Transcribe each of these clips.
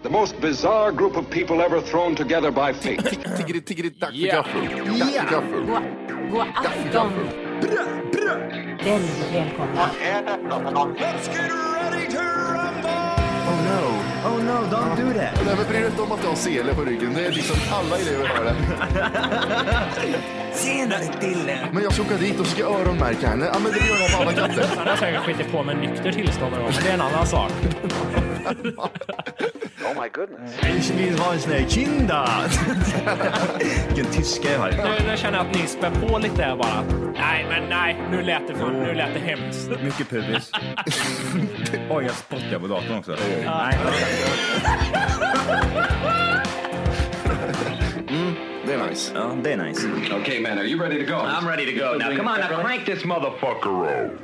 The most bizarre group of people ever thrown together by fate. Tiggeri, dack för gaffel. Dack för gaffel. God afton. Väldigt välkomna. Let's get ready to rumble! Oh no, don't do that. Nej, men bryr dig inte om att du har sele på ryggen. Det är liksom alla elever har det. Senare Dille. Men jag ska åka dit och ska öronmärka henne. Ja, men det gör jag på alla katter. Han har säkert skitit på med nykter tillstånd någon gång, men det är en annan sak. Oh my goodness. Ich vill ha en sån här kinda. Vilken tyska jag har. Nu känner jag att ni spär på lite här bara. Nej, nu lät det hemskt. Mycket pubis. Oj, jag spottar på datorn också. Nej. Det är nice. Ja, det är nice. Okay, man, are you ready to go? I'm ready to go. Now, come on, now crank this motherfucker up.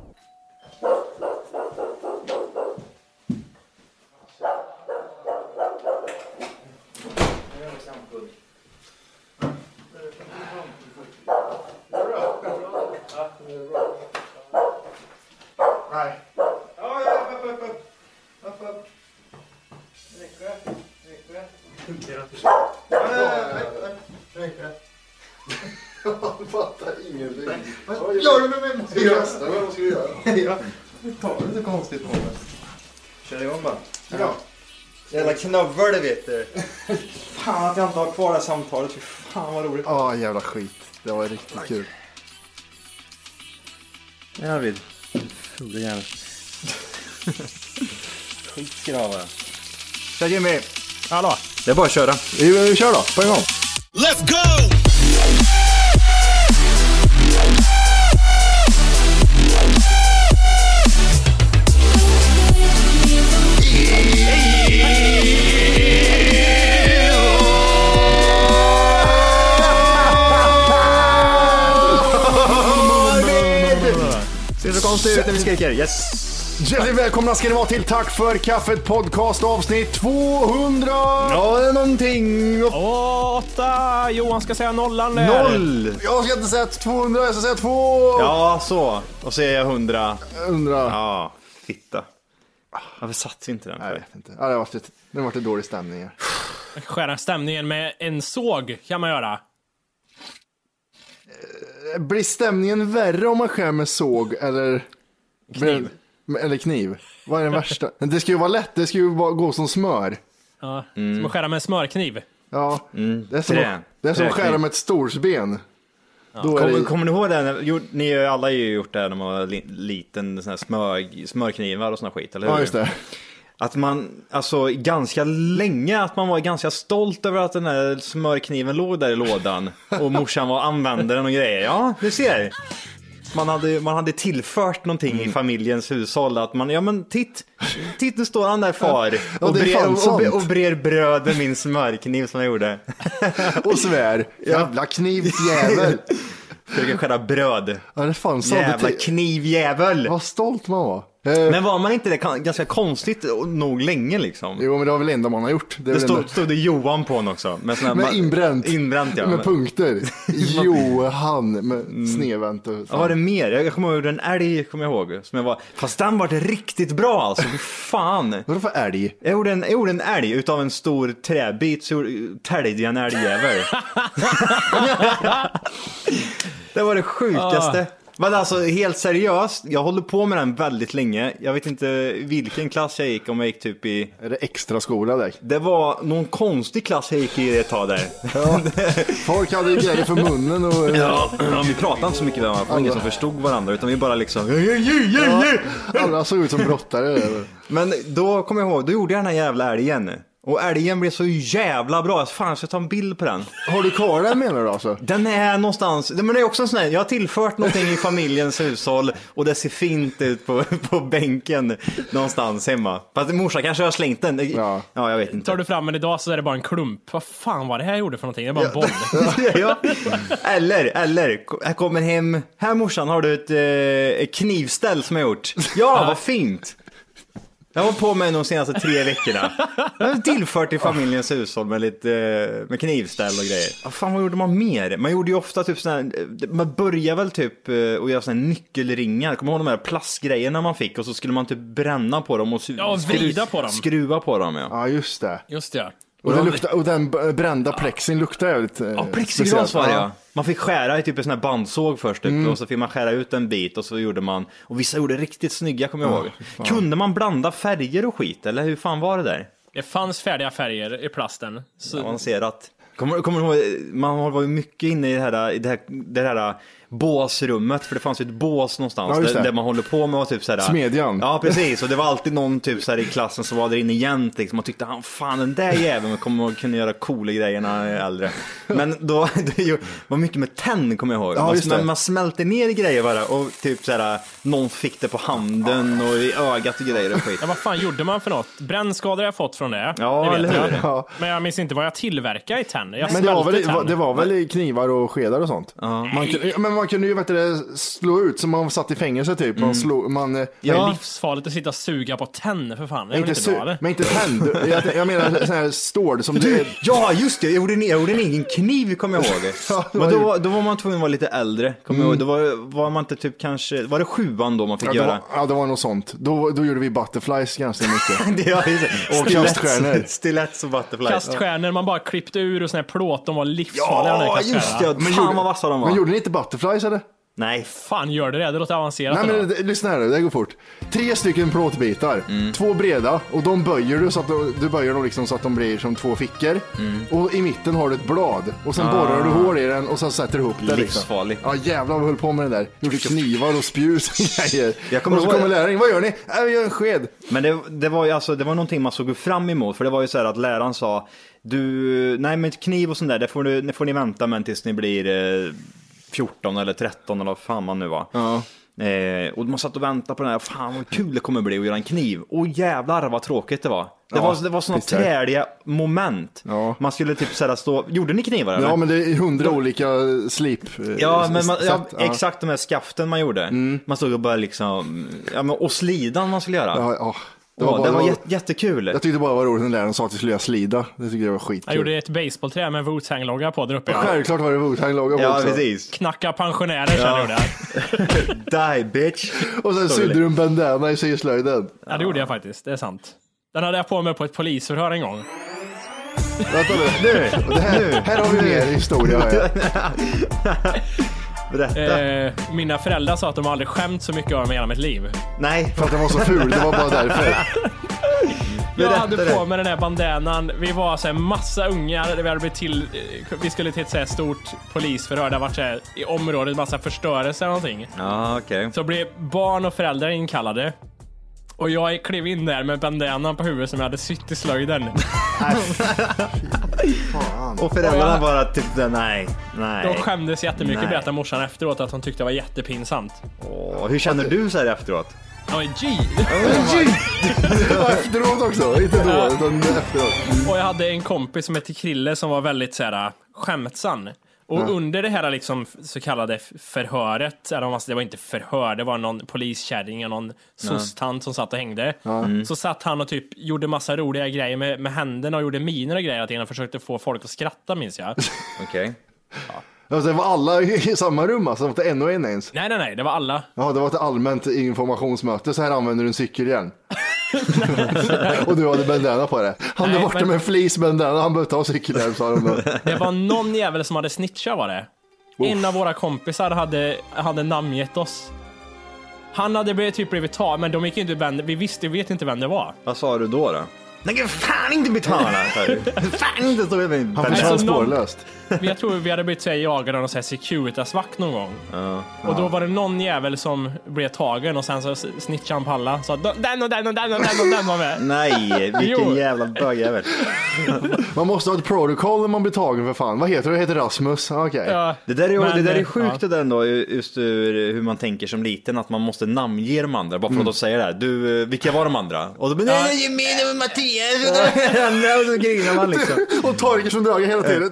Nej. Jag fattar ingenting. Vad gör du med mig? Ska jag rösta? Vad ska du göra? Ja, ta det så konstigt på mig. Kör igång bara. Ja. Jävla knubbar det vet du. Fan att jag inte har kvar det här samtalet. Fy fan vad roligt. Ja, jävla skit. Det var riktigt kul. Ja, Arvid. Fula jävlar. Skitskrava. Tja Jimmy. Hallå? Det är bara att köra. Vi kör då, på en gång. Let's go! Ser så konstigt ut när vi skriker. Yes. Hjärtligt välkomna ska ni vara till Tack för kaffet podcast avsnitt 200. Ja, det är någonting. 8. Johan ska säga nollan där. 0. Jag ska inte säga 200, jag ska säga 2. Ja, så. Och så är jag 100. 100. Ja, fitta. Varför satt vi inte den? Jag vet inte. Ja, det har varit en dålig stämning här. Skära stämningen med en såg kan man göra. Blir stämningen värre om man skär med såg eller Kniv. Eller kniv? Vad är den värsta? Det ska ju vara lätt, det ska ju gå som smör. Ja, som att skära med en smörkniv. Ja, det är som, Trä. det är som att Träkniv. skära med ett storsben. Då är det... Kommer ni ihåg det? Ni har ju alla gjort det här när man var liten, sån här smörknivar och såna skit, eller hur? Ja, just det. Att man, alltså ganska länge, att man var ganska stolt över att den här smörkniven låg där i lådan och morsan var använde den och grejer. Ja, du ser. Man hade tillfört någonting i familjens hushåll att man, ja men titt nu står han där far och brer bröd med min smörkniv som jag gjorde. Och svär, jävla knivjävel. Försöker skära bröd. Ja, det är fan sant. Jävla knivjävel. Vad stolt man var. Men var man inte det ganska konstigt nog länge liksom? Jo, men det var väl enda man har gjort. Det stod det Johan på en också. Med inbränt. Ja. Med punkter. Johan med snedvänt. Vad var det mer? Jag kommer ihåg en älg, kommer jag ihåg. Som jag var, fast den var riktigt bra alltså. Fy fan. Vadå för älg? Jag gjorde en älg utav en stor träbit. Så täljde jag en älgjävel. Det var det sjukaste. Men alltså helt seriöst, jag håller på med den väldigt länge. Jag vet inte vilken klass jag gick, om jag gick typ i... Är det extra skola där? Det var någon konstig klass jag gick i ett tag där. Ja. Folk hade ju grejer för munnen och... Ja, vi pratade inte så mycket där, för ingen som förstod varandra, utan vi bara liksom... Ja, alla såg ut som brottare. Men då kommer jag ihåg, då gjorde jag den här jävla älgen. Och älgen blev så jävla bra. Fan, jag ska ta en bild på den. Har du kvar den menar du alltså? Den är någonstans. Men det är också en sån här, jag har tillfört någonting i familjens hushåll. Och det ser fint ut på bänken någonstans hemma. Fast morsan kanske har slängt den. Ja, jag vet inte. Tar du fram den idag så är det bara en klump. Vad fan var det här jag gjorde för någonting? Det är bara en boll. Ja. Eller jag kommer hem. Här morsan, har du ett knivställ som jag gjort. Ja, vad fint. Jag var på mig de senaste 3 veckorna. Jag har tillfört i familjens hushåll med lite med knivställ och grejer. Fan, vad gjorde man mer? Man gjorde ju ofta typ sån här, man började väl typ och göra såna här nyckelringar. Kommer du ihåg de här plastgrejerna man fick och så skulle man typ bränna på dem och vrida på dem. Skruva på dem, ja. Ja, just det. Just det. Och den brända plexin luktar jävligt plexiglas var det, ja. Man fick skära i typ en sån här bandsåg först typ, och så fick man skära ut en bit och så gjorde man, och vissa gjorde riktigt snygga, kommer jag ihåg. Kunde man blanda färger och skit, eller hur fan var det där? Det fanns färdiga färger i plasten. Så... Avancerat. Kommer du ihåg, man var ju mycket inne i det här båsrummet, för det fanns ju ett bås någonstans där man håller på med och typ såhär. Smedjan. Ja, precis, och det var alltid någon typ såhär i klassen som var där inne jämt liksom, och tyckte, fan den där jäveln kommer att kunna göra coola grejer när han är äldre. Men då det var mycket med tenn, kommer jag ihåg. Ja, man smälte ner grejer bara, och typ såhär, någon fick det på handen och i ögat och grejer och skit. Ja, vad fan gjorde man för något? Brännskador har jag fått från det. Ja, eller hur? Ja. Men jag minns inte vad jag tillverkade i tenn. Men det var väl knivar och skedar och sånt. Ja. Man kunde ju slå ut som man satt i fängelse typ. Det är livsfarligt att sitta och suga på tenn för fan. Det är inte bra, eller? Men inte tenn. Jag menar sån här stål som Ja, just det. Jag gjorde en egen kniv, kommer jag ihåg. Men då var man tvungen att vara lite äldre. Kommer jag ihåg. Då var man inte typ kanske, var det 7:an då man fick göra? Det var något sånt. Då gjorde vi butterflies ganska mycket. Och kaststjärnor. Stilets och butterflies. Kaststjärnor man bara klippte ur och sån här plåt, de var livsfarliga. Ja, just det. Fan vad vassa de var. Men gjorde ni inte butterflies eller? Nej. Fan, gör det? Det låter avancerat. Nej, men lyssna här, det går fort. 3 stycken plåtbitar, 2 breda, och de böjer du så att du böjer dem liksom så att de blir som 2 fickor. Och i mitten har du ett blad, och sen borrar du hål i den och sen sätter du ihop det. Livsfarligt. Liksom. Ja, jävlar, vi höll på med det där. Gjorde knivar och spjus och grejer. Och så kommer läraren, vad gör ni? Vi gör en sked. Men det var ju alltså, det var någonting man såg fram emot, för det var ju så här att läraren sa, nej men kniv och sånt där, det får ni vänta med tills ni blir 14 eller 13 eller vad fan man nu var. Ja. Och man satt och väntade på den här, fan vad kul det kommer bli att göra en kniv. Och jävlar vad tråkigt det var. Det var såna träliga moment. Ja. Man skulle typ såhär stå, gjorde ni knivar eller? Ja, men det är 100 olika slip. Ja, men exakt de här skaften man gjorde. Man stod och bara liksom, och slidan man skulle göra. Ja. Det var jättekul. Jag tyckte bara det var roligt när läraren sa att vi skulle göra slida. Det tycker jag var skitkul. Jag gjorde ett baseballträ med Wu-Tang-logga på där uppe. Ja, självklart var det Wu-Tang-logga på också. Ja, precis. Knacka pensionärer sen gjorde jag. Die, bitch. Och sen sydde du en bandana i syslöjden. Ja, det gjorde jag faktiskt. Det är sant. Den hade jag på mig på ett polisförhör en gång. Vänta nu. Här har vi mer historia. Mina föräldrar sa att de aldrig skämt så mycket av mig i hela mitt liv. Nej, för att den var så ful, det var bara därför. Jag hade på mig den här bandanan. Vi var så här massa ungar. Vi skulle till ett så här stort polisförhör. Det var så här, i området massa förstörelse eller någonting. Ja, okej. Så blev barn och föräldrar inkallade. Och jag klev in där med bandanan på huvudet som jag hade sytt i slöjden. Och föräldrarna bara typ, nej. De skämdes jättemycket, berättade morsan efteråt att hon tyckte det var jättepinsamt. Hur känner du så här efteråt? Efteråt också, inte då, utan efteråt. Och jag hade en kompis som hette Krille som var väldigt så här skämtsam. Och under det här liksom så kallade förhöret, det var inte förhör, det var någon poliskärring och någon sostant som satt och hängde. Så satt han och typ gjorde massa roliga grejer med händerna och gjorde miner och grejer att han försökte få folk att skratta, minns jag. Okej. Alltså, det var alla i samma rum, alltså, det var inte en och en ens. Nej, det var alla. Ja, det var ett allmänt informationsmöte, så här använder du en cykel igen. Och du hade bandana på det. Han var borta med en fleece-bandana, han behövde ta cykeln, sa de då. Det var någon jävel som hade snitchat, var det. En av våra kompisar hade namngett oss. Han hade blivit tagen, men de gick inte vända. Vi vet inte vem det var. Vad sa du då? Nej, fan inte betala. Fan inte så han försvann spårlöst. Jag tror vi hade blivit jagade av någon Securitas-vakt någon gång. Och då var det någon jävel som blev tagen och sen så snitchade han på alla. Så den var med. Nej, vilken jävla bögjävel. Man måste ha ett protocol när man blir tagen, för fan. Vad heter det? Det heter Rasmus. Okay. Ja, det där är sjukt det där ändå, just hur man tänker som liten, att man måste namnge de andra. Bara för att de säger det här. Du, vilka var de andra? Och då blir Mattias. Och så grinar man liksom. Och Torger som drar hela tiden.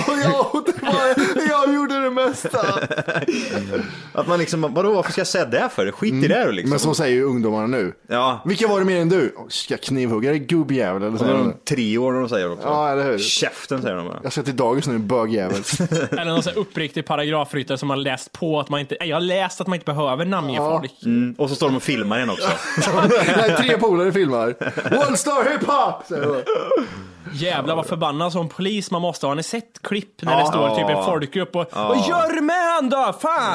Jag gjorde det mesta. Att man liksom, vadå, varför ska jag säga det för? Skit i det då liksom. Men så säger ju ungdomarna nu. Ja. Vilka var det mer än du? Ska jag knivhugga dig, gubbjävel? Eller så De 3 år de säger också. Ja, eller hur? Käften säger de bara. Jag ska till dagis nu, bögjävel. Eller någon sån här uppriktig paragrafryttare som har läst på att man inte... Jag har läst att man inte behöver namnge folk. Och så står de och filmar igen också. Nej, 3 polare filmar. One star hiphop! Jävlar vad förbannad som polis man måste ha. Har ni sett klipp när det står typ en folkgrupp och vad gör med han då? Fan!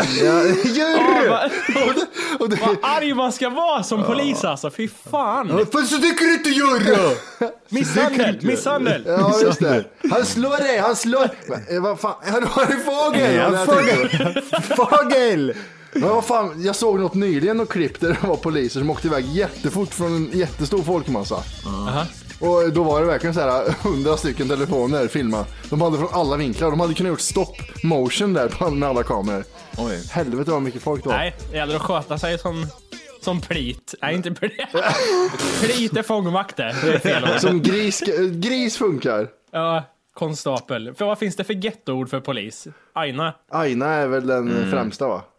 Vad arg man ska vara som polis alltså. Fy fan. Fast så tycker du inte göra! Misshandel. Ja, just det. Han slår dig, han slår... Vad fan? Han har en fågel! Fågel! Men vad fan, jag såg något nyligen och klipp där det var poliser som åkte iväg jättefort från en jättestor folkmassa. Och då var det verkligen så här 100 stycken telefoner filma. De hade från alla vinklar. De hade kunnat gjort stop motion där med alla kameror. Oj. Helvete vad mycket folk då. Nej, det gäller att sköta sig som plit. Nej, inte plit. Plit är fångvakter. Det är fel. Som gris funkar. Ja, konstapel. För vad finns det för gettoord för polis? Aina. Aina är väl den främsta, va?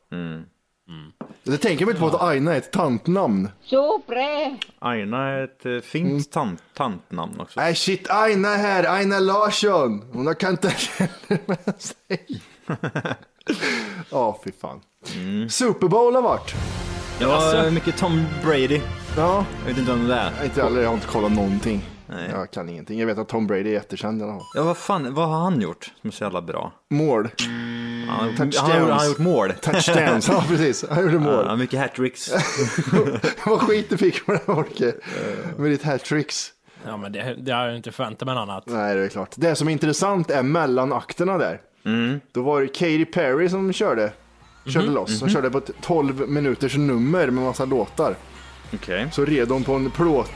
Det tänker man inte på att Aina är ett tantnamn. Aina är ett fint tantnamn också. Nej shit, Aina är här, Aina Larsson. Hon har kantareller med sig. Ja, fy fan. Super Bowl har varit. Ja, mycket Tom Brady. Ja. Jag vet inte om det är. Jag har inte kollat någonting. Nej. Jag kan ingenting. Jag vet att Tom Brady är jättekänd i alla fall. Ja, vad har han gjort som är så jävla bra? Mål. Han har gjort mål. Touchdowns, ja precis. Han gjorde mål. Ja, mycket hattricks. Vad skit du fick med det, Orke. Med ditt hattricks. Ja, men det har jag inte förväntat mig annat. Nej, det är klart. Det som är intressant är mellanakterna där. Då var det Katy Perry som körde loss. Hon körde på ett 12 minuters nummer med massa låtar. Okej. Så red hon på en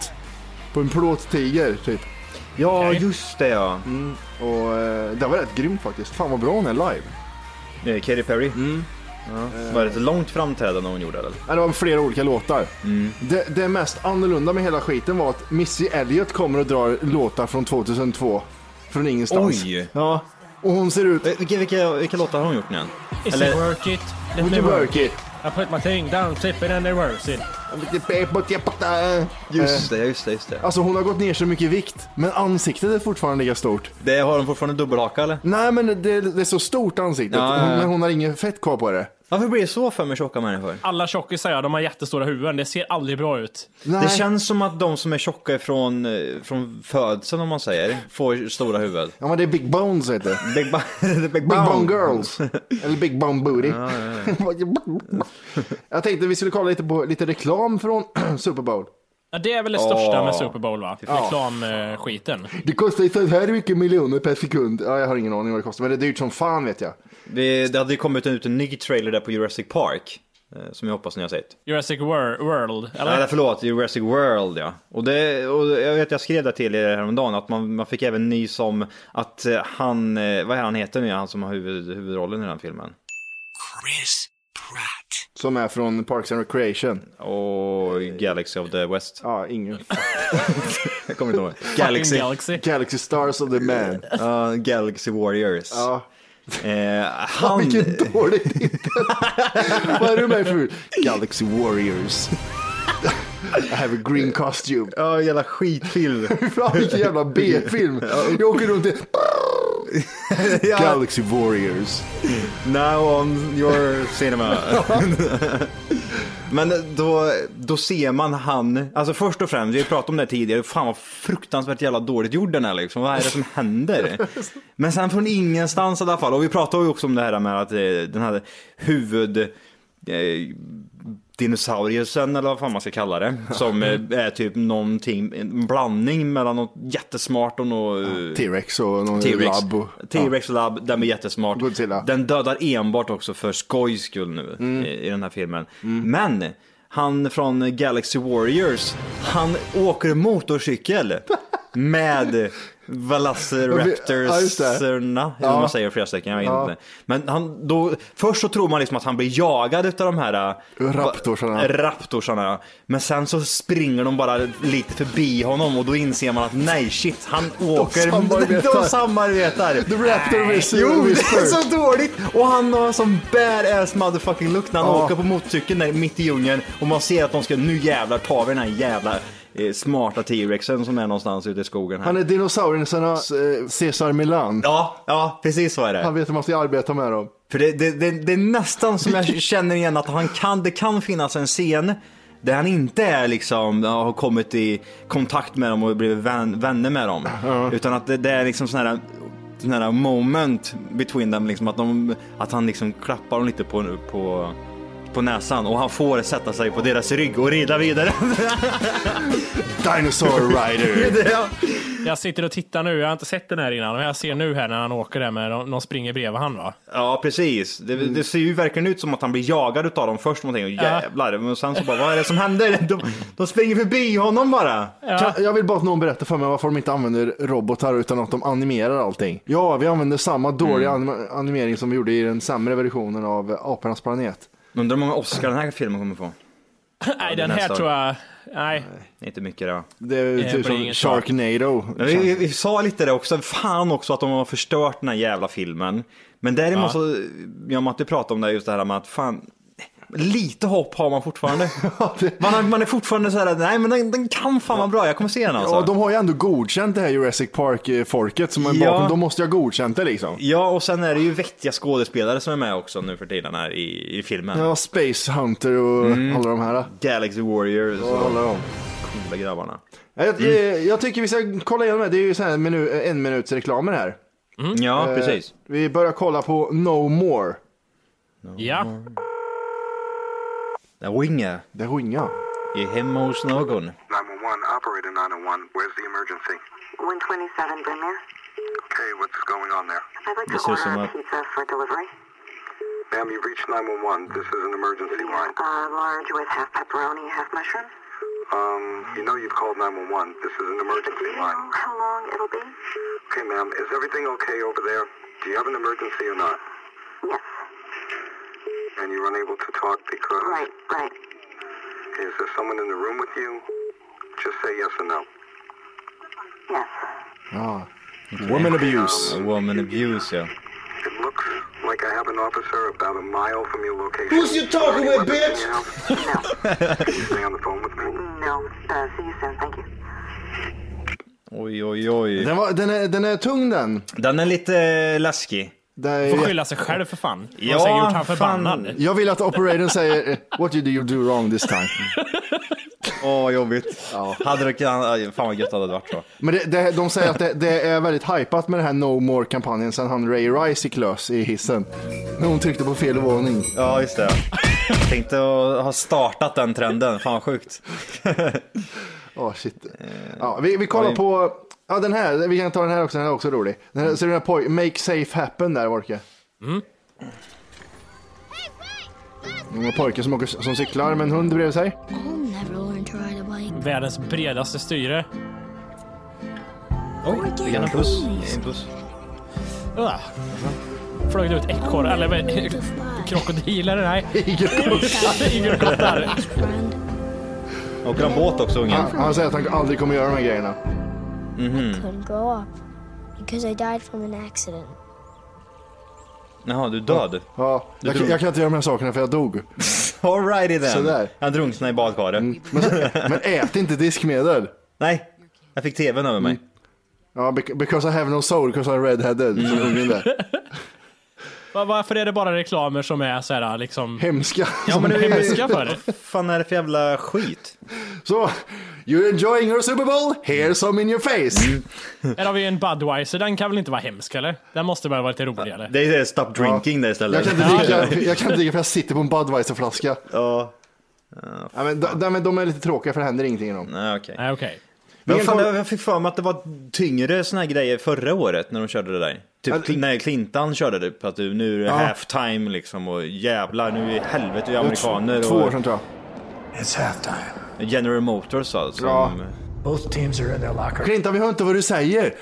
plåttiger typ. Ja, just det ja. Och det var rätt grymt faktiskt. Fan vad bra hon är live. Katy Perry. Ja. Var det ett långt framträdande när hon gjorde det? Ja, det var flera olika låtar. Det mest annorlunda med hela skiten var att Missy Elliott kommer och drar låtar från 2002. Från ingenstans. Oj! Ja. Och hon ser ut... Vilka låtar har hon gjort nu igen? Is it work it? Let Would me you work work it? I put my thing down, flip it and it works it. Just det. Alltså hon har gått ner så mycket vikt. Men ansiktet är fortfarande lika stort. Det har hon fortfarande dubbelhaka eller? Nej, men det är så stort ansiktet. Men hon har ingen fett kvar på det. Varför blir det så för med tjocka människor? Alla tjockisar, de har jättestora huvuden. Det ser aldrig bra ut. Nej. Det känns som att de som är tjocka från födseln om man säger får stora huvud. Ja, men det är Big Bones heter det. Big Big Bone Girls. Eller Big Bone Booty. Jag tänkte vi skulle kolla lite på lite reklam från Super Bowl. Ja, det är väl det största med Super Bowl, va? Reklamskiten. Det kostar ju så här mycket miljoner per sekund. Ja, jag har ingen aning vad det kostar. Men det är dyrt som fan, vet jag. Det hade ju kommit ut en ny trailer där på Jurassic Park. Som jag hoppas ni har sett. Jurassic World, eller? Nej, förlåt, Jurassic World, ja. Och jag vet, jag skrev det till er häromdagen att man fick även nys om att han, vad är han heter nu, han som har huvudrollen i den filmen? Chris Pratt. Som är från Parks and Recreation. Och Galaxy of the West. Ja, ingen. Jag kommer inte ihåg. Galaxy Stars of the Man. Galaxy Warriors. Ja. Han... Vilket dåligt titel. Vad är du med för? Galaxy Warriors. I have a green costume. Ja, jävla skitfilm. Fan, vilken jävla B-film. Jag åker runt i... Galaxy Warriors. Now on your cinema. Men då ser man han, alltså först och främst, vi har pratat om det tidigare, fan vad fruktansvärt jävla dåligt gjord den är liksom, vad är det som händer? Men sen från ingenstans i alla fall, och vi pratade ju också om det här med att den här dinosauriusen eller vad fan man ska kalla det, som är typ någonting, en blandning mellan något jättesmart och något T-Rex och någon labb. T-Rex lab, den är jättesmart. Godzilla. Den dödar enbart också för skojs skull nu i den här filmen. Men han från Galaxy Warriors, han åker motorcykel med Velociraptorserna, hur man säger flera stycken, jag vet inte. Men först så tror man liksom att han blir jagad utav de här raptorsarna. Men sen så springer de bara lite förbi honom och då inser man att nej shit, han åker. De samarbetar. The Raptor Whisper. Jo, det är så dåligt. Och han har en sån badass motherfucking look när han åker på motorcykeln där mitt i djungeln och man ser att de ska nu jävlar ta vi den här jävla smarta T-Rexen som är någonstans ute i skogen här. Han är dinosauriernas Cesar Millan. Ja, precis så är det. Han vet hur man ska arbeta med dem. För det är nästan som jag känner igen att det kan finnas en scen där han inte är liksom har kommit i kontakt med dem och blivit vänner med dem. Utan att det är liksom sån här moment between them liksom att han liksom klappar dem lite på näsan och han får sätta sig på deras rygg och rida vidare. Dinosaur Rider. Jag sitter och tittar nu, jag har inte sett den här innan, men jag ser nu här när han åker där med någon springer bredvid han, va? Ja, precis. Det ser ju verkligen ut som att han blir jagad utav dem först någonting och jävlar, men sen så bara, vad är det som händer? De springer förbi honom bara. Jag vill bara att någon berättar för mig varför de inte använder robotar utan att de animerar allting. Ja, vi använder samma dåliga animering som vi gjorde i den sämre versionen av Apornas planet. Undrar hur många Oscar den här filmen kommer få? Nej, den här tror jag... Nej. Inte mycket då. Det är typ som Sharknado. Vi sa lite det också. Fan också att de har förstört den här jävla filmen. Men däremot så... Jag måste prata om det just det här med att fan... Lite hopp har man fortfarande. Man är fortfarande så här, nej men den kan fan vara bra, jag kommer se den alltså. Ja, de har ju ändå godkänt det här Jurassic Park-folket som är bakom, de måste ju ha godkänt det liksom. Ja, och sen är det ju vettiga skådespelare som är med också nu för tiden här i filmen. Ja, Space Hunter och alla de här. Galaxy Warriors och alla de coola grabbarna. Jag tycker vi ska kolla igenom det, det är ju så här en minuts reklamer här. Ja, precis. Vi börjar kolla på No More. Ja. Det ringer. I hemma hos någon. 911, operator 901, where's the emergency? 127 Bremere. Okay, what's going on there? I'd like to order a pizza for delivery. Ma'am, you've reached 911. This is an emergency line. Large with half pepperoni, half mushroom. You know you've called 911. This is an emergency line. How long it'll be? Okay, ma'am, is everything okay over there? Do you have an emergency or not? Yes. And you're unable to talk because... Right. Is there someone in the room with you? Just say yes or no. Yes. Woman abuse. Woman abuse, yeah. It looks like I have an officer about a mile from your location. Who's you talking with, bitch? No. Can you stay on the phone with me? No. See you soon, thank you. Oj. Den är tung den. Den är lite läskig. Får skylla sig själv för fan. Ja, har gjort han förbannad. Jag vill att operatorn säger what did you do wrong this time? Jobbigt. Ja. Hade det fan vad gött hade det varit så. Men de säger att det är väldigt hypat med den här No More-kampanjen sen han Ray Rice gick lös i hissen. När hon tryckte på fel våning. Ja, just det. Jag tänkte ha startat den trenden. Fan vad sjukt. Shit. Ja, vi kollar på... Ja, den här. Vi kan ta den här också. Den är också rolig. Den här, så den här Make Safe Happen där, Vorke. Några pojkar som cyklar med en hund bredvid sig. Världens bredaste styre. Oj, en puss. Flög ut ekorre, eller krokodiler, nej. Igelkottar. Åker han båt också, ungen? Han säger att han aldrig kommer göra de här grejerna. Couldn't grow up because I died from an accident. Jaha, du död? Ja, jag kan inte göra de här sakerna för jag dog. Alrighty then. Sådär. Jag drunknade i badkaret. Men ät inte diskmedel. Nej, jag fick tvn över mig. Ja, because I have no soul, because I'm redheaded. Som ungen där. Varför är det bara reklamer som är så här liksom hemska? Ja, men hemska för det. Vad fan är det för jävla skit? Så, you're enjoying your Super Bowl? Here's some in your face. Här har vi en Budweiser, den kan väl inte vara hemsk, eller? Den måste väl vara lite roligare. Det är stop drinking där istället. Jag kan inte dricka för jag sitter på en Budweiser-flaska. Ja. Men de är lite tråkiga för det händer ingenting i dem. Nej, okej. Men jag fick för mig att det var tyngre såna här grejer förra året när de körde det där. Typ när Clinton körde det på att nu är det halftime liksom och jävlar nu är helvete vi amerikaner. 2 år sedan tror jag. It's halftime. General Motors alltså. Both teams are in their locker. Clinton, vi hör inte vad du säger.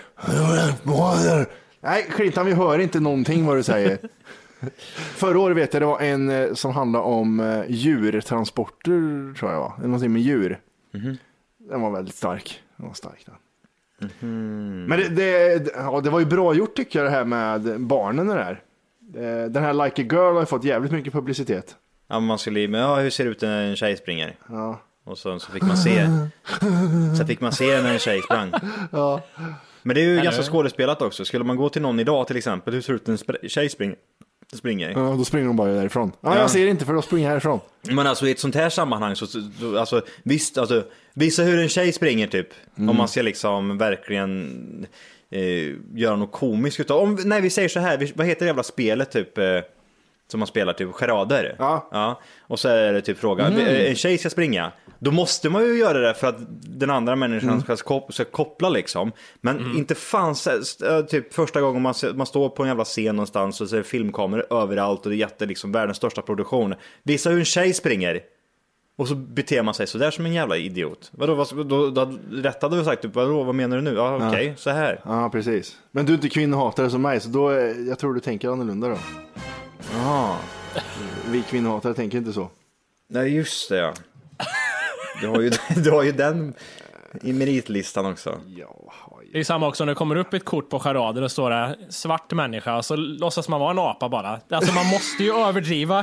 Nej, Clinton, vi hör inte någonting vad du säger. Förra året vet jag det var en som handlade om djurtransporter, tror jag var. Någonting med djur. Den var väldigt stark. Den var stark den. Men det var ju bra gjort tycker jag, det här med barnen och det här. Den här Like a Girl har fått jävligt mycket publicitet. Ja, man skulle, men hur ser det ut när en tjej springer? Ja. Och så fick man se. Så fick man se när en tjej sprang. Ja. Men det är ju ganska skådespelat också. Skulle man gå till någon idag till exempel, hur ser det ut när en tjej springer? Ja, då springer de bara därifrån. Ja, jag ser inte för då springer härifrån. Men alltså i ett sånt här sammanhang så alltså, visst, alltså, visa hur en tjej springer typ. Om man ska liksom verkligen göra något komiskt utav. Nej, vi säger så här, vad heter det jävla spelet typ som man spelar typ charader. Ja. Och så är det typ fråga, en tjej ska springa. Då måste man ju göra det för att den andra människan ska koppla liksom. Men inte fanns typ första gången man står på en jävla scen någonstans och så är filmkameror överallt och det är liksom världens största produktion. Visa hur en tjej springer. Och så beter man sig så där som en jävla idiot. Vadå, då rättade du sagt typ, vad menar du nu? Ja, okej, så här. Ja, precis. Men du är inte kvinnohatare som mig, så då jag tror du tänker annorlunda då. Ja. Vi kvinnohatare tänker inte så. Nej, just det, ja. Du har ju den i meritlistan också. Det är samma också när det kommer upp ett kort på charader och står det svart människa och så låtsas man vara en apa bara. Alltså man måste ju överdriva.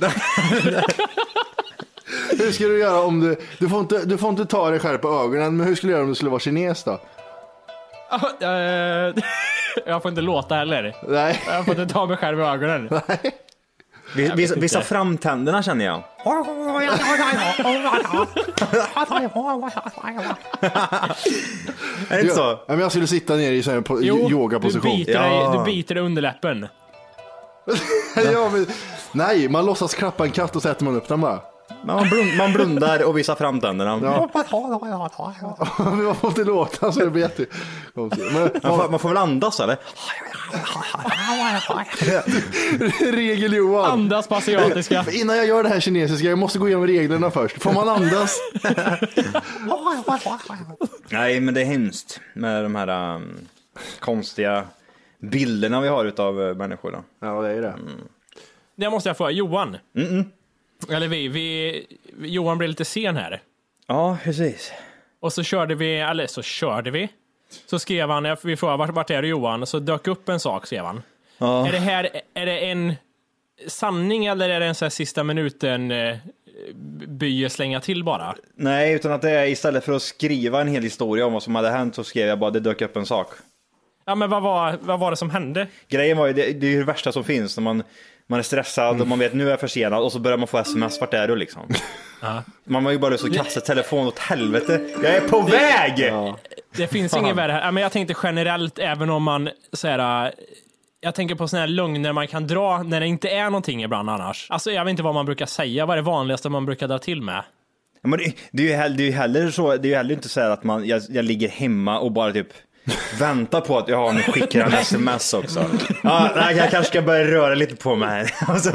Hur ska du göra om du får inte ta dig själv på ögonen, men hur skulle du göra om du skulle vara kines då? Jag får inte låta heller. Nej. Jag får inte ta mig själv i ögonen. Nej. Visa framtänderna känner jag. Är det inte så? Ja, men jag skulle sitta ner i en yogaposition. Du biter i underläppen. Ja, men, nej, man låtsas klappa en katt och sätter man upp den bara. Man blundar och visar framtänderna. Ja. Men man får inte låta så det blir man får väl andas eller? Regel Johan. Andas på asiatiska. Innan jag gör det här kinesiska, jag måste gå igenom reglerna först. Får man andas? Nej, men det är hemskt med de här konstiga bilderna vi har utav människorna. Ja, det är det. Det måste jag få. Johan. Eller Johan blev lite sen här. Ja, precis. Och så körde vi. Så skrev han, vi frågade vart är du Johan? Och så dök upp en sak, skrev han. Ja. Är det en sanning eller är det en så här sista minuten slänga till bara? Nej, utan att det är istället för att skriva en hel historia om vad som hade hänt så skrev jag bara det dök upp en sak. Ja, men vad var det som hände? Grejen var ju, det är ju det värsta som finns när man är stressad och man vet nu är jag försenad och så börjar man få sms, vart är du liksom? Man var ju bara lust att kasta telefon åt helvete. Jag är på väg! Ja. Det finns ingen värre här. Men jag tänkte generellt, även om man så här, jag tänker på såna här lögner man kan dra när det inte är någonting ibland annars. Alltså jag vet inte vad man brukar säga, vad är det vanligaste man brukar dra till med? Ja, men det är ju heller så, det är ju heller inte så här att jag ligger hemma och bara typ vänta på att nu skickar en sms också. Ja, jag kanske ska börja röra lite på mig här. Och så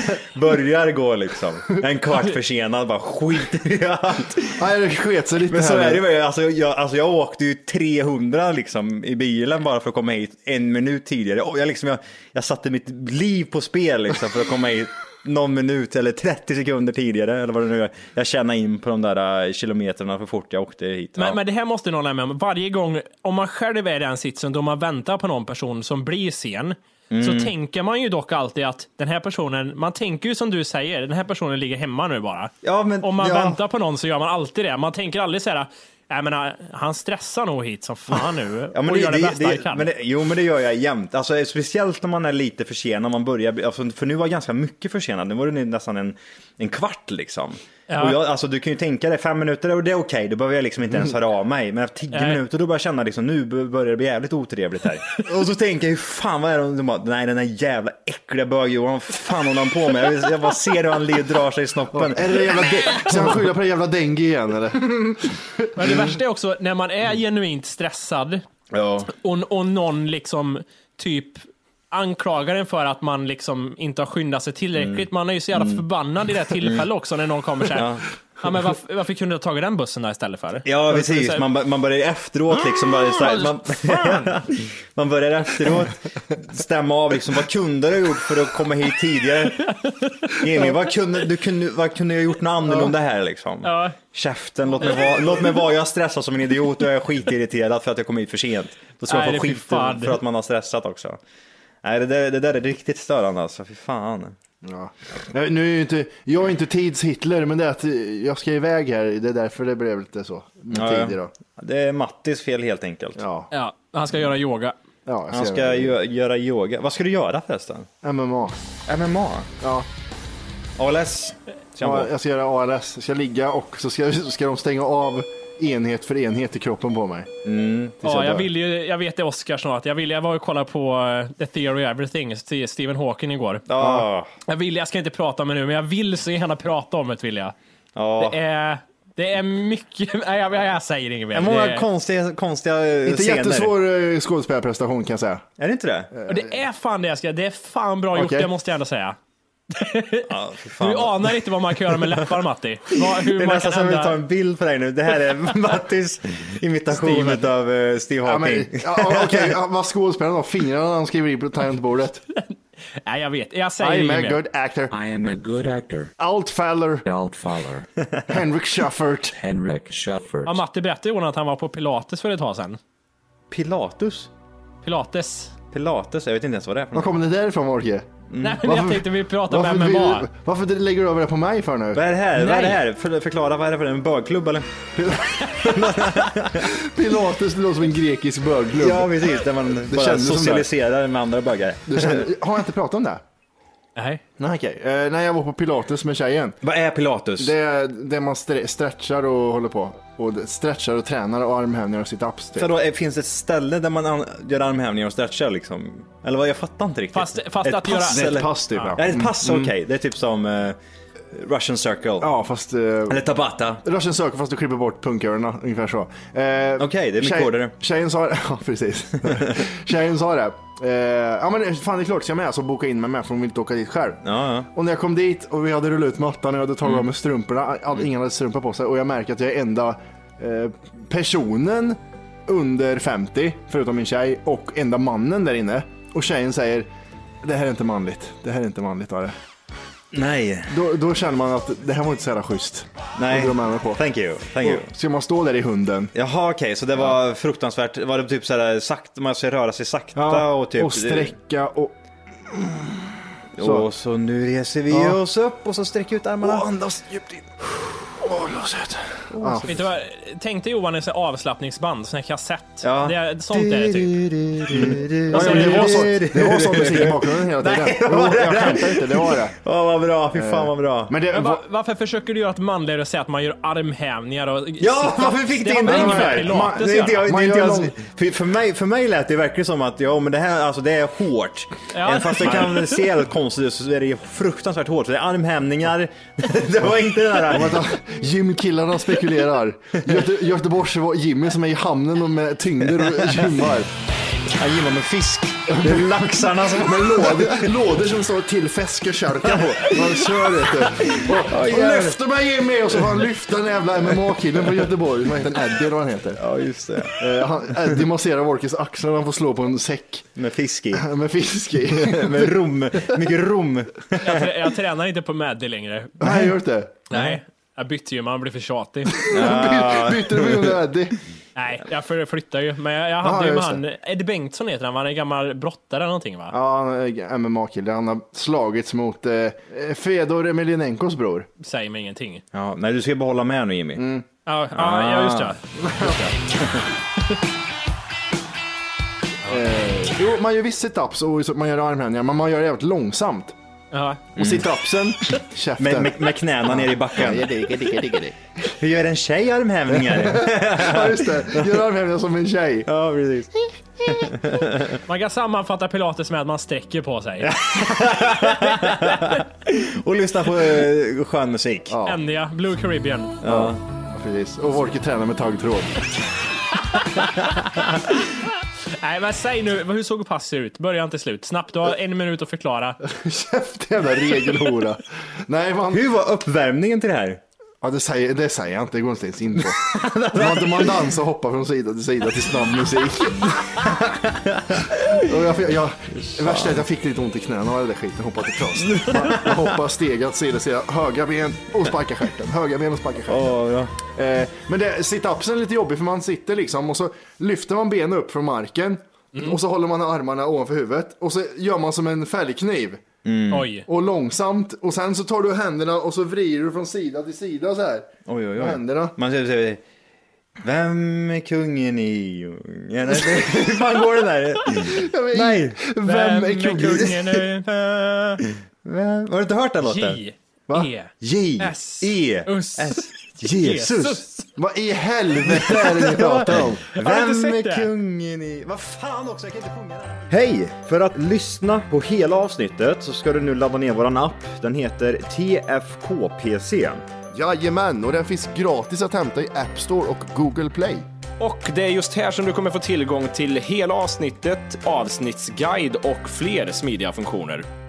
börjar gå liksom. En kvart försenad, bara skiter i allt. Nej, det sket sig lite. Men så är det ju, jag åkte ju 300 liksom i bilen bara för att komma hit 1 minut tidigare. Och jag satte mitt liv på spel liksom för att komma hit någon minut eller 30 sekunder tidigare eller vad det nu är. Jag känner in på de där kilometerna för fort jag åkte hit. Men det här måste någon lämna med. Varje gång, om man själv är i den sitsen då man väntar på någon person som blir sen, så tänker man ju dock alltid att den här personen, man tänker ju som du säger, den här personen ligger hemma nu bara. Ja, men, om man väntar på någon så gör man alltid det. Man tänker aldrig så här, jag menar, han stressar nog hit som fan nu och gör det bästa han kan. Men det gör jag jämt. Alltså, speciellt när man är lite försenad. Man börjar, alltså, för nu var jag ganska mycket försenad. Nu var det nästan en kvart liksom. Ja. Och du kan ju tänka dig 5 minuter och det är okej. Då behöver jag liksom inte ens höra av mig. Men efter 10 minuter då börjar jag känna liksom, nu börjar det bli jävligt otrevligt här. Och så tänker jag, hur fan vad är det? Bara, nej, den här jävla äckliga bög-Johan, fan håller han på med? Jag bara ser hur han drar sig i snoppen. Är det jävla så han skyller på det jävla dengue igen eller? Men det värsta är också när man är genuint stressad och någon liksom typ anklagar en för att man liksom inte har skyndat sig tillräckligt. Man är ju så jävla förbannad i det tillfället också när någon kommer så här. Ja, men varför kunde du ha tagit den bussen där istället för? Ja, precis. Man börjar efteråt liksom man börjar efteråt stämma av liksom, vad kunde du ha gjort för att komma hit tidigare? Jimmy, vad kunde jag ha gjort något annorlunda här liksom? Ja. Käften, låt mig vara, jag stressar som en idiot och jag är skitirriterad för att jag kom hit för sent. Då ska man få skit för att man har stressat också. Nej, det där är riktigt störande alltså, fy fan. Ja. Nu är jag är inte tids-Hitler, men det är att jag ska iväg här. Det är därför det blev lite så med tid idag. Det är Mattis fel helt enkelt. Ja, han ska göra yoga. Ja, han ska göra yoga. Vad ska du göra förresten? MMA. Ja. ALS. Jag ska göra ALS. Jag ska ligga och så ska de stänga av enhet för enhet i kroppen på mig. Ja, jag vet det, Oscar snart. Jag var och kollade på The Theory of Everything, Stephen Hawking igår. Jag ska inte prata om det nu, men jag vill så gärna prata om det, vill jag. Det är mycket. Nej, jag säger inget mer. Många konstiga inte scener. Jättesvår skådespelarprestation kan jag säga. Är det inte det? Och det är fan det. Det är fan bra gjort, det måste jag ändå säga. Du anar inte vad man kan göra med läppar, Matti. Det är nästan som vi tar en bild på dig nu. Det här är Mattis imitation av Steve Hawking. Okej, vad skådespelaren har fingrarna han skriver i på tangentbordet. Nej, jag vet. Jag säger I am a good actor. I am a good actor. Alt Faller. Henrik Schuffert. Ja, Matti berättade ju att han var på Pilates för ett tag sedan. Pilates, jag vet inte ens vad det är. Vad kommer det därifrån, Morke? Nej, men jag tänkte vi pratar om MMA. Varför lägger du över det på mig för nu? Vad är det här? Förklara, vad är det för en bögklubb eller? Pilates, det låter som en grekisk bögklubb. Ja, precis, där man bara socialiserar med andra bögar. Har jag inte pratat om det? Nej, okej. När jag var på Pilates med tjejen. Vad är Pilates? Det är det man stretchar och håller på. Och stretchar och tränar och armhävningar och sit-ups. Typ. Så då finns det ett ställe där man gör armhävningar och stretchar liksom? Eller vad, jag fattar inte riktigt. Fast ett att pass, göra... Ett pass typ. Ja, ett pass, okej. Det är typ som Russian Circle. Ja, fast... Eller Tabata. Russian Circle, fast du klipper bort punkörerna, ungefär så. Okej, det är mycket hårdare. Tjejen sa det. Ja, precis. Tjejen sa det. Ja, men fan, det är klart, så jag med. Så boka in mig med, för hon vill inte åka dit själv. Ja. Och när jag kom dit och vi hade rullat ut mattan och jag hade tagit av med strumporna, ingen hade strumpor på sig. Och jag märker att jag är enda personen under 50, förutom min tjej, och enda mannen där inne. Och tjejen säger, det här är inte manligt. Det här är inte manligt, var det. Nej. Då känner man att det här var inte så jävla schysst. Nej, thank you. Så man står där i hunden. Jaha, okej, så det var fruktansvärt. Var det typ såhär sakta, man ska röra sig sakta och typ... och sträcka och... Och så nu reser vi oss upp och så sträcker ut armarna. Och andas djupt in. låset. Vet du vad? Tänk dig Johan, en avslappningsband, sån här kassett. Ja. Sånt är det typ. Det var sån musik i bakgrunden hela tiden. Jag skämtar inte, det var det. Vad bra, fy fan vad bra. Men varför försöker du göra ett manligare och säga att man gör armhävningar och... Ja, varför fick det in det här? För mig lät det verkligen som att men det här, alltså det är hårt. Ja. Fast det kan se helt konstigt ut, så är det fruktansvärt hårt. Så det är armhävningar. Det var inte det där. Gymkillarna spekulerar. Göteborgs var Jimmy som är i hamnen och med tyngder och gymmar. Han gymmar med fisk. Det är laxarna som med lådor som står till fäskekärka på. Man kör det. Och lyfter mig Jimmy, och så får han lyfta den jävla MMA-killen från Göteborg som heter Eddie, eller vad han heter. Ja, just det. Eddie masserar Workis axlar och han får slå på en säck. Med fisk i. Med rom. Mycket rom. Jag tränar inte på Maddy längre. Nej, gör inte. Nej. Jag bytte ju, man blir för tjatig. Bytte du med Eddie? Nej, jag flyttade ju. Men jag hade ju med han, Eddie Bengtsson heter han, var en gammal brottare eller någonting, va? Ja, han är MMA-kille. Han har slagits mot Fedor Emelianenkos bror. Säger mig ingenting. Ja, nej, du ska bara hålla med nu, Jimmy. Ja, just det. Jo, man gör viss sit-ups och man gör armhävningar, men man gör det jävligt långsamt. Och sit-upsen med knäna ner i backen. Hur gör en tjej armhävningar? Ja, just det. Gör armhävningar som en tjej. Ja, precis. Man kan sammanfatta pilates med att man sträcker på sig. Och lyssna på skön musik. Ändiga, Blue Caribbean. Ja, precis. Och Volker tränar med taggtråd. Nej, men säg nu, hur såg passet ut? Början till slut. Snabbt, du har 1 minut att förklara. Käft, jävla regelhora. Nej, man... Hur var uppvärmningen till det här? Ja, det säger jag inte, det går inte ens in på. Man dansar och hoppar från sida till sida till snabb musik. Och värst är att jag fick lite ont i knäna och det där skiten, hoppat i kross. Jag hoppar stegat sida, höga ben och sparkar stjärten. Höga ben och sparkar stjärten. Men sit-upsen är lite jobbig för man sitter liksom och så lyfter man benen upp från marken och så håller man armarna ovanför huvudet och så gör man som en fälgkniv. Oj. Och långsamt och sen så tar du händerna och så vrider du från sida till sida så här. Oj. Händerna. Man säger vem är kungen i djungeln? Hur fan går det där? Nej. Vem är kungen i... Har du inte hört den låten? J-E-S. Jesus. Vad i helvete är det ni pratar om? Vem är kungen i... Vad fan också, jag kan inte sjunga det. Hej! För att lyssna på hela avsnittet så ska du nu ladda ner våran app. Den heter TFKPC. Jajamän, och den finns gratis att hämta i App Store och Google Play. Och det är just här som du kommer få tillgång till hela avsnittet, avsnittsguide och fler smidiga funktioner.